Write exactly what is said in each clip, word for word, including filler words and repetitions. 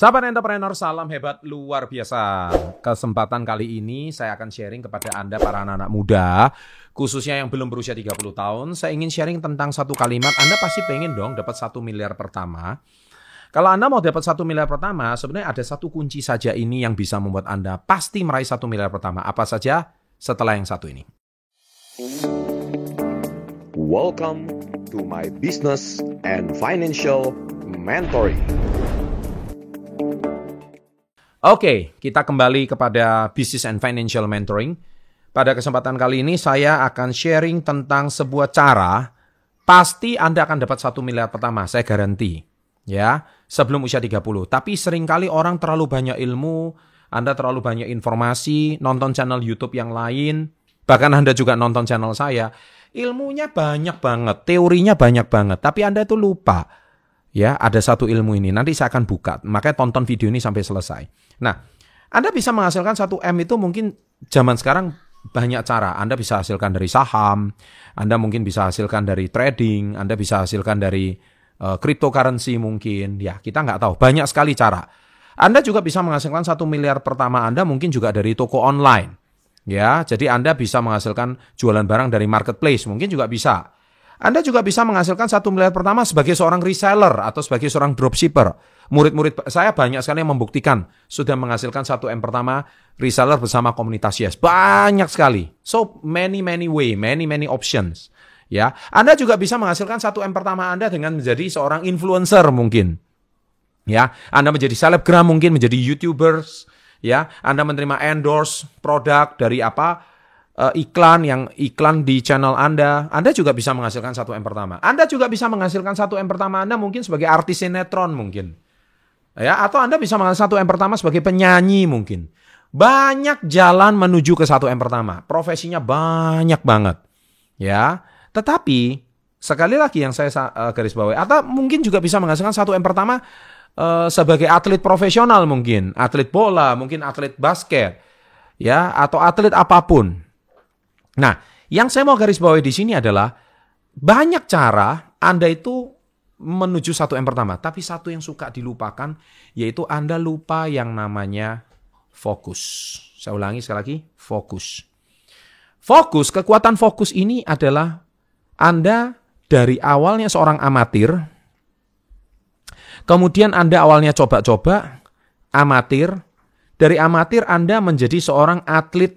Sahabat entrepreneur, salam hebat luar biasa. Kesempatan kali ini saya akan sharing kepada Anda para anak-anak muda, khususnya yang belum berusia tiga puluh tahun. Saya ingin sharing tentang satu kalimat. Anda pasti pengen dong dapat satu miliar pertama. Kalau Anda mau dapat satu miliar pertama, sebenarnya ada satu kunci saja ini yang bisa membuat Anda pasti meraih satu miliar pertama. Apa saja? Setelah yang satu ini. Welcome to my business and financial mentoring. Oke, kita kembali kepada Business and Financial Mentoring. Pada kesempatan kali ini saya akan sharing tentang sebuah cara pasti Anda akan dapat satu miliar pertama, saya garanti. Ya, sebelum usia tiga puluh. Tapi seringkali orang terlalu banyak ilmu, Anda terlalu banyak informasi, nonton channel YouTube yang lain, bahkan Anda juga nonton channel saya. Ilmunya banyak banget, teorinya banyak banget, tapi Anda itu lupa. Ya, ada satu ilmu ini, nanti saya akan buka. Makanya tonton video ini sampai selesai. Nah, Anda bisa menghasilkan satu M itu mungkin zaman sekarang banyak cara. Anda bisa hasilkan dari saham, Anda mungkin bisa hasilkan dari trading, Anda bisa hasilkan dari uh, cryptocurrency mungkin. Ya, kita nggak tahu. Banyak sekali cara. Anda juga bisa menghasilkan satu miliar pertama Anda mungkin juga dari toko online. Ya, jadi Anda bisa menghasilkan jualan barang dari marketplace, mungkin juga bisa. Anda juga bisa menghasilkan satu miliar pertama sebagai seorang reseller atau sebagai seorang dropshipper. Murid-murid saya banyak sekali yang membuktikan sudah menghasilkan satu M pertama reseller bersama komunitas Yes. Banyak sekali. So many many way, many many options. Ya, Anda juga bisa menghasilkan satu M pertama Anda dengan menjadi seorang influencer mungkin. Ya, Anda menjadi selebgram mungkin, menjadi YouTubers. Ya, Anda menerima endorse produk dari apa? Uh, iklan yang iklan di channel Anda, Anda juga bisa menghasilkan satu M pertama. Anda juga bisa menghasilkan satu M pertama Anda mungkin sebagai artis sinetron mungkin. Ya, atau Anda bisa menghasilkan satu M pertama sebagai penyanyi mungkin. Banyak jalan menuju ke satu M pertama. Profesinya banyak banget. Ya, tetapi sekali lagi yang saya uh, garis bawahi, atau mungkin juga bisa menghasilkan satu M pertama uh, sebagai atlet profesional mungkin, atlet bola, mungkin atlet basket. Ya, atau atlet apapun. Nah, yang saya mau garis bawahi di sini adalah banyak cara Anda itu menuju satu M pertama, tapi satu yang suka dilupakan yaitu Anda lupa yang namanya fokus. Saya ulangi sekali lagi, fokus. Fokus, kekuatan fokus ini adalah Anda dari awalnya seorang amatir, kemudian Anda awalnya coba-coba, amatir, dari amatir Anda menjadi seorang atlet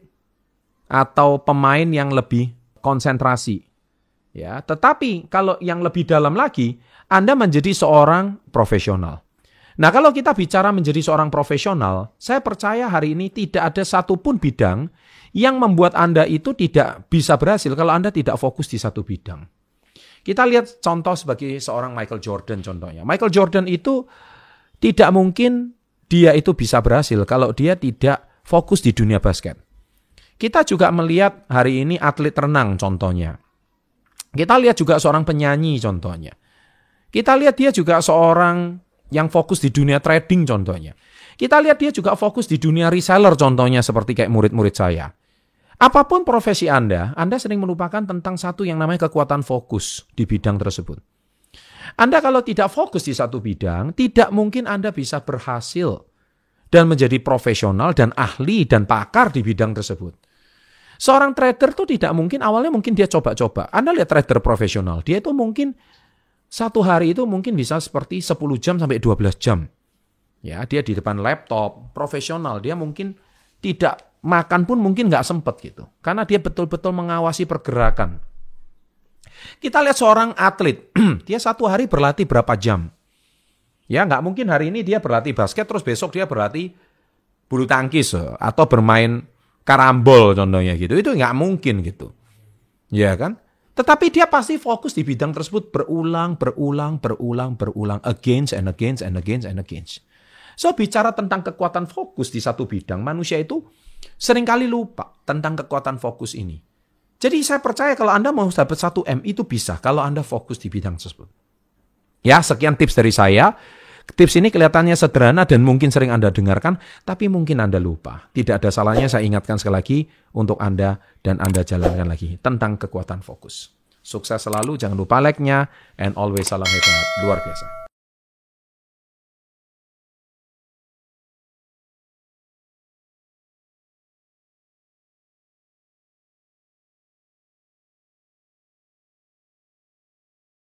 atau pemain yang lebih konsentrasi. Ya, tetapi kalau yang lebih dalam lagi, Anda menjadi seorang profesional. Nah, kalau kita bicara menjadi seorang profesional, saya percaya hari ini tidak ada satupun bidang yang membuat Anda itu tidak bisa berhasil kalau Anda tidak fokus di satu bidang. Kita lihat contoh sebagai seorang Michael Jordan contohnya. Michael Jordan itu tidak mungkin dia itu bisa berhasil kalau dia tidak fokus di dunia basket. Kita juga melihat hari ini atlet renang contohnya. Kita lihat juga seorang penyanyi contohnya. Kita lihat dia juga seorang yang fokus di dunia trading contohnya. Kita lihat dia juga fokus di dunia reseller contohnya seperti kayak murid-murid saya. Apapun profesi Anda, Anda sering melupakan tentang satu yang namanya kekuatan fokus di bidang tersebut. Anda kalau tidak fokus di satu bidang, tidak mungkin Anda bisa berhasil dan menjadi profesional dan ahli dan pakar di bidang tersebut. Seorang trader tuh tidak mungkin, awalnya mungkin dia coba-coba. Anda lihat trader profesional, dia itu mungkin satu hari itu mungkin bisa seperti sepuluh jam sampai dua belas jam. Ya, dia di depan laptop, profesional, dia mungkin tidak makan pun mungkin nggak sempat gitu. Karena dia betul-betul mengawasi pergerakan. Kita lihat seorang atlet, dia satu hari berlatih berapa jam. Ya, nggak mungkin hari ini dia berlatih basket, terus besok dia berlatih bulu tangkis atau bermain karambol contohnya gitu. Itu nggak mungkin gitu. Ya kan? Tetapi dia pasti fokus di bidang tersebut berulang, berulang, berulang, berulang. Against and against and against and against. So, bicara tentang kekuatan fokus di satu bidang, manusia itu seringkali lupa tentang kekuatan fokus ini. Jadi saya percaya kalau Anda mau dapat satu M itu bisa kalau Anda fokus di bidang tersebut. Ya, sekian tips dari saya. Tips ini kelihatannya sederhana dan mungkin sering Anda dengarkan, tapi mungkin Anda lupa. Tidak ada salahnya saya ingatkan sekali lagi untuk Anda dan Anda jalankan lagi tentang kekuatan fokus. Sukses selalu, jangan lupa like-nya, and always salam hebat luar biasa.